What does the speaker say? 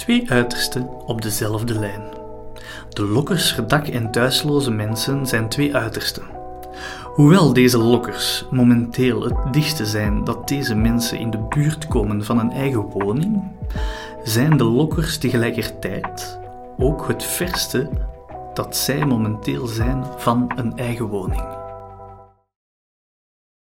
Twee uitersten op dezelfde lijn. De lokkers, dak- en thuisloze mensen zijn twee uitersten. Hoewel deze lokkers momenteel het dichtste zijn dat deze mensen in de buurt komen van een eigen woning, zijn de lokkers tegelijkertijd ook het verste dat zij momenteel zijn van een eigen woning.